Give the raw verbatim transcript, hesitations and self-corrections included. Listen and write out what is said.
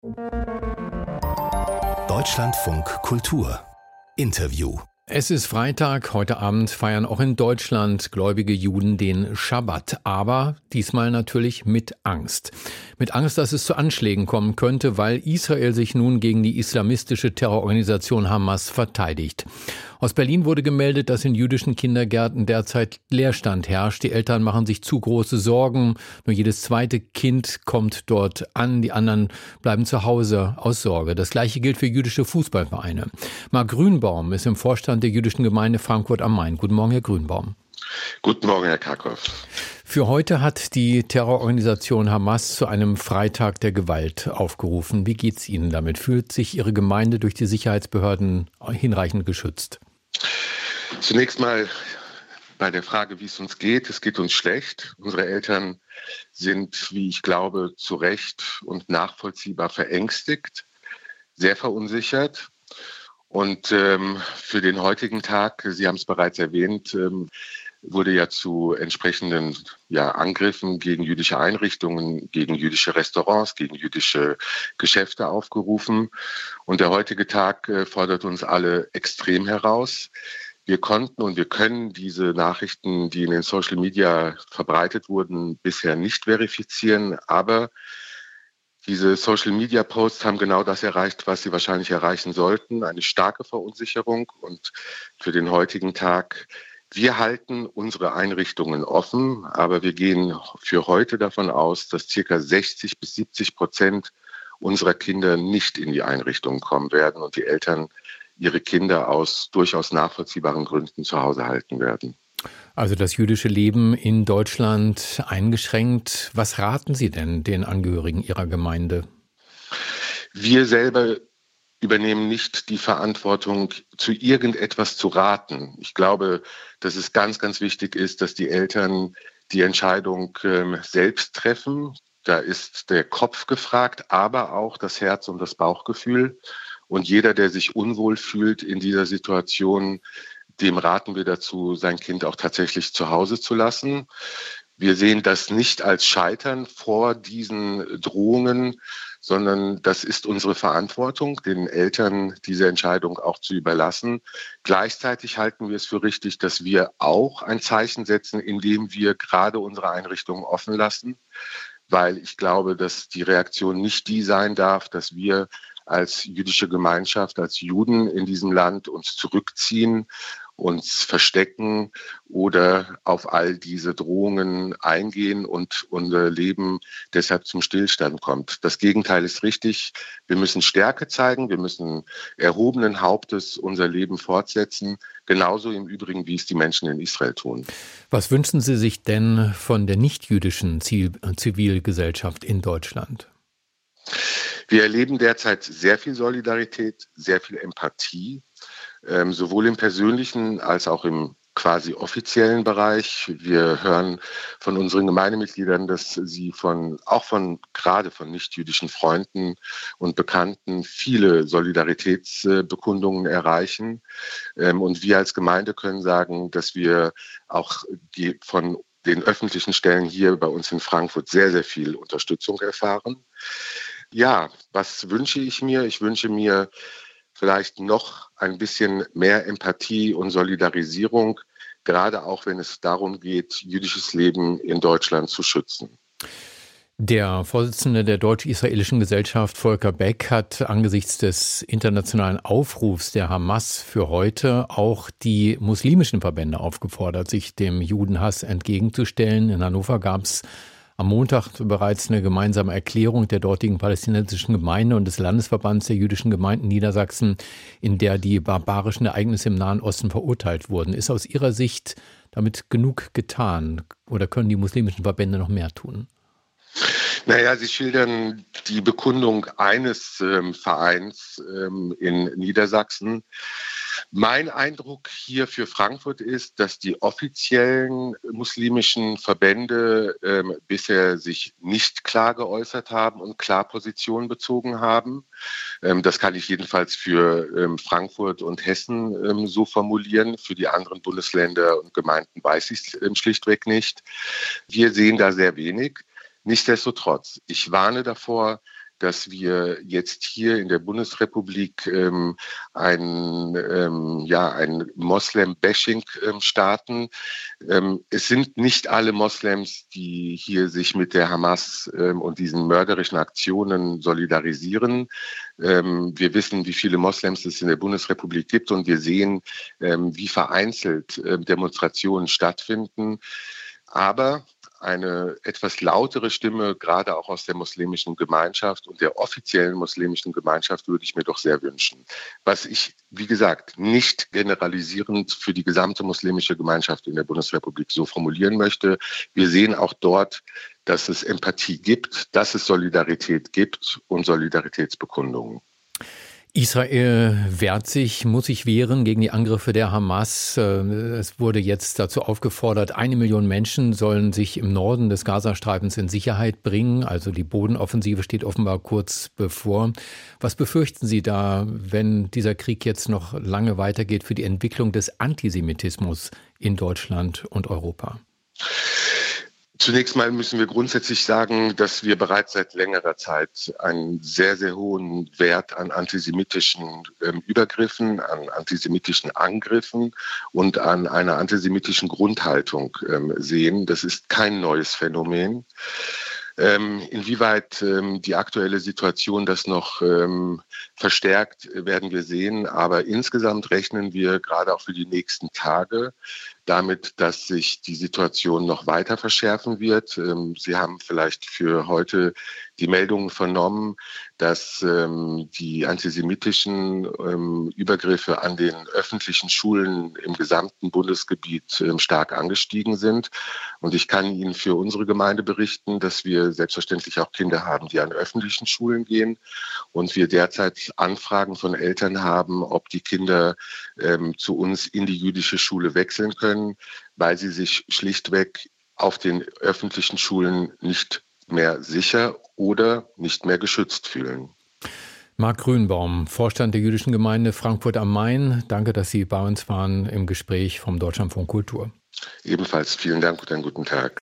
Deutschlandfunk Kultur Interview. Es ist Freitag, heute Abend feiern auch in Deutschland gläubige Juden den Schabbat, aber diesmal natürlich mit Angst. Mit Angst, dass es zu Anschlägen kommen könnte, weil Israel sich nun gegen die islamistische Terrororganisation Hamas verteidigt. Aus Berlin wurde gemeldet, dass in jüdischen Kindergärten derzeit Leerstand herrscht. Die Eltern machen sich zu große Sorgen. Nur jedes zweite Kind kommt dort an. Die anderen bleiben zu Hause aus Sorge. Das Gleiche gilt für jüdische Fußballvereine. Marc Grünbaum ist im Vorstand der jüdischen Gemeinde Frankfurt am Main. Guten Morgen, Herr Grünbaum. Guten Morgen, Herr Karkow. Für heute hat die Terrororganisation Hamas zu einem Freitag der Gewalt aufgerufen. Wie geht's Ihnen damit? Fühlt sich Ihre Gemeinde durch die Sicherheitsbehörden hinreichend geschützt? Zunächst mal bei der Frage, wie es uns geht. Es geht uns schlecht. Unsere Eltern sind, wie ich glaube, zu Recht und nachvollziehbar verängstigt, sehr verunsichert. Und ähm, für den heutigen Tag, Sie haben es bereits erwähnt, ähm, wurde ja zu entsprechenden ja, Angriffen gegen jüdische Einrichtungen, gegen jüdische Restaurants, gegen jüdische Geschäfte aufgerufen. Und der heutige Tag äh, fordert uns alle extrem heraus. Wir konnten und wir können diese Nachrichten, die in den Social Media verbreitet wurden, bisher nicht verifizieren. Aber diese Social-Media-Posts haben genau das erreicht, was sie wahrscheinlich erreichen sollten, eine starke Verunsicherung. Und für den heutigen Tag, wir halten unsere Einrichtungen offen, aber wir gehen für heute davon aus, dass circa sechzig bis siebzig Prozent unserer Kinder nicht in die Einrichtungen kommen werden und die Eltern ihre Kinder aus durchaus nachvollziehbaren Gründen zu Hause halten werden. Also das jüdische Leben in Deutschland eingeschränkt. Was raten Sie denn den Angehörigen Ihrer Gemeinde? Wir selber übernehmen nicht die Verantwortung, zu irgendetwas zu raten. Ich glaube, dass es ganz, ganz wichtig ist, dass die Eltern die Entscheidung ähm, selbst treffen. Da ist der Kopf gefragt, aber auch das Herz und das Bauchgefühl. Und jeder, der sich unwohl fühlt in dieser Situation, dem raten wir dazu, sein Kind auch tatsächlich zu Hause zu lassen. Wir sehen das nicht als Scheitern vor diesen Drohungen, sondern das ist unsere Verantwortung, den Eltern diese Entscheidung auch zu überlassen. Gleichzeitig halten wir es für richtig, dass wir auch ein Zeichen setzen, indem wir gerade unsere Einrichtungen offen lassen, weil ich glaube, dass die Reaktion nicht die sein darf, dass wir als jüdische Gemeinschaft, als Juden in diesem Land uns zurückziehen, uns verstecken oder auf all diese Drohungen eingehen und unser Leben deshalb zum Stillstand kommt. Das Gegenteil ist richtig. Wir müssen Stärke zeigen, wir müssen erhobenen Hauptes unser Leben fortsetzen, genauso im Übrigen, wie es die Menschen in Israel tun. Was wünschen Sie sich denn von der nichtjüdischen Zivilgesellschaft in Deutschland? Wir erleben derzeit sehr viel Solidarität, sehr viel Empathie, ähm, sowohl im persönlichen als auch im quasi offiziellen Bereich. Wir hören von unseren Gemeindemitgliedern, dass sie von, auch von, gerade von nichtjüdischen Freunden und Bekannten viele Solidaritätsbekundungen erreichen. Ähm, und wir als Gemeinde können sagen, dass wir auch die von den öffentlichen Stellen hier bei uns in Frankfurt sehr, sehr viel Unterstützung erfahren. Ja, was wünsche ich mir? Ich wünsche mir vielleicht noch ein bisschen mehr Empathie und Solidarisierung, gerade auch wenn es darum geht, jüdisches Leben in Deutschland zu schützen. Der Vorsitzende der Deutsch-Israelischen Gesellschaft, Volker Beck, hat angesichts des internationalen Aufrufs der Hamas für heute auch die muslimischen Verbände aufgefordert, sich dem Judenhass entgegenzustellen. In Hannover gab es am Montag bereits eine gemeinsame Erklärung der dortigen palästinensischen Gemeinde und des Landesverbands der jüdischen Gemeinden Niedersachsen, in der die barbarischen Ereignisse im Nahen Osten verurteilt wurden. Ist aus Ihrer Sicht damit genug getan oder können die muslimischen Verbände noch mehr tun? Naja, Sie schildern die Bekundung eines ähm, Vereins ähm, in Niedersachsen. Mein Eindruck hier für Frankfurt ist, dass die offiziellen muslimischen Verbände ähm, bisher sich nicht klar geäußert haben und klar Position bezogen haben. Ähm, das kann ich jedenfalls für ähm, Frankfurt und Hessen ähm, so formulieren. Für die anderen Bundesländer und Gemeinden weiß ich es ähm, schlichtweg nicht. Wir sehen da sehr wenig. Nichtsdestotrotz, ich warne davor, dass wir jetzt hier in der Bundesrepublik ähm, ein, ähm, ja, ein Moslem-Bashing ähm, starten. Ähm, es sind nicht alle Moslems, die hier sich mit der Hamas ähm, und diesen mörderischen Aktionen solidarisieren. Ähm, wir wissen, wie viele Moslems es in der Bundesrepublik gibt und wir sehen, ähm, wie vereinzelt äh, Demonstrationen stattfinden. Aber eine etwas lautere Stimme, gerade auch aus der muslimischen Gemeinschaft und der offiziellen muslimischen Gemeinschaft, würde ich mir doch sehr wünschen. Was ich, wie gesagt, nicht generalisierend für die gesamte muslimische Gemeinschaft in der Bundesrepublik so formulieren möchte. Wir sehen auch dort, dass es Empathie gibt, dass es Solidarität gibt und Solidaritätsbekundungen. Israel wehrt sich, muss sich wehren gegen die Angriffe der Hamas. Es wurde jetzt dazu aufgefordert, eine Million Menschen sollen sich im Norden des Gazastreifens in Sicherheit bringen. Also die Bodenoffensive steht offenbar kurz bevor. Was befürchten Sie da, wenn dieser Krieg jetzt noch lange weitergeht, für die Entwicklung des Antisemitismus in Deutschland und Europa? Zunächst mal müssen wir grundsätzlich sagen, dass wir bereits seit längerer Zeit einen sehr, sehr hohen Wert an antisemitischen ähm, Übergriffen, an antisemitischen Angriffen und an einer antisemitischen Grundhaltung ähm, sehen. Das ist kein neues Phänomen. Ähm, inwieweit ähm, die aktuelle Situation das noch ähm, verstärkt, werden wir sehen. Aber insgesamt rechnen wir gerade auch für die nächsten Tage damit, dass sich die Situation noch weiter verschärfen wird. Ähm, Sie haben vielleicht für heute die Meldungen vernommen, dass ähm, die antisemitischen ähm, Übergriffe an den öffentlichen Schulen im gesamten Bundesgebiet ähm, stark angestiegen sind. Und ich kann Ihnen für unsere Gemeinde berichten, dass wir selbstverständlich auch Kinder haben, die an öffentlichen Schulen gehen. Und wir derzeit Anfragen von Eltern haben, ob die Kinder ähm, zu uns in die jüdische Schule wechseln können, weil sie sich schlichtweg auf den öffentlichen Schulen nicht mehr sicher oder nicht mehr geschützt fühlen. Marc Grünbaum, Vorstand der Jüdischen Gemeinde Frankfurt am Main. Danke, dass Sie bei uns waren im Gespräch vom Deutschlandfunk Kultur. Ebenfalls vielen Dank und einen guten Tag.